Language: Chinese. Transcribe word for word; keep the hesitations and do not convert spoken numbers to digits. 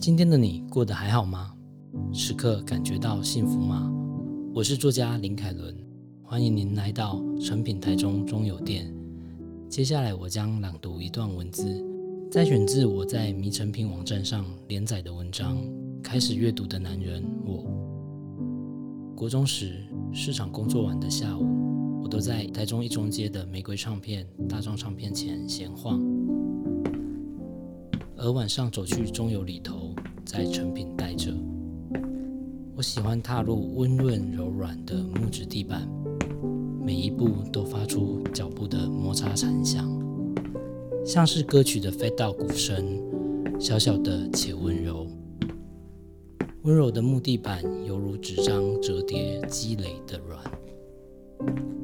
今天的你过得还好吗？时刻感觉到幸福吗？我是作家林凯伦，欢迎您来到诚品台中中友店。接下来我将朗读一段文字，摘选自我在迷诚品网站上连载的文章《开始阅读的男人我》。国中时，市场工作完的下午，我都在台中一中街的玫瑰唱片、大众唱片前闲晃，而晚上走去中友里头，在诚品待着。我喜欢踏入温润柔软的木质地板，每一步都发出脚步的摩擦残响，像是歌曲的 fade out 鼓声，小小的且温柔。温柔的木地板犹如纸张折叠积累的软。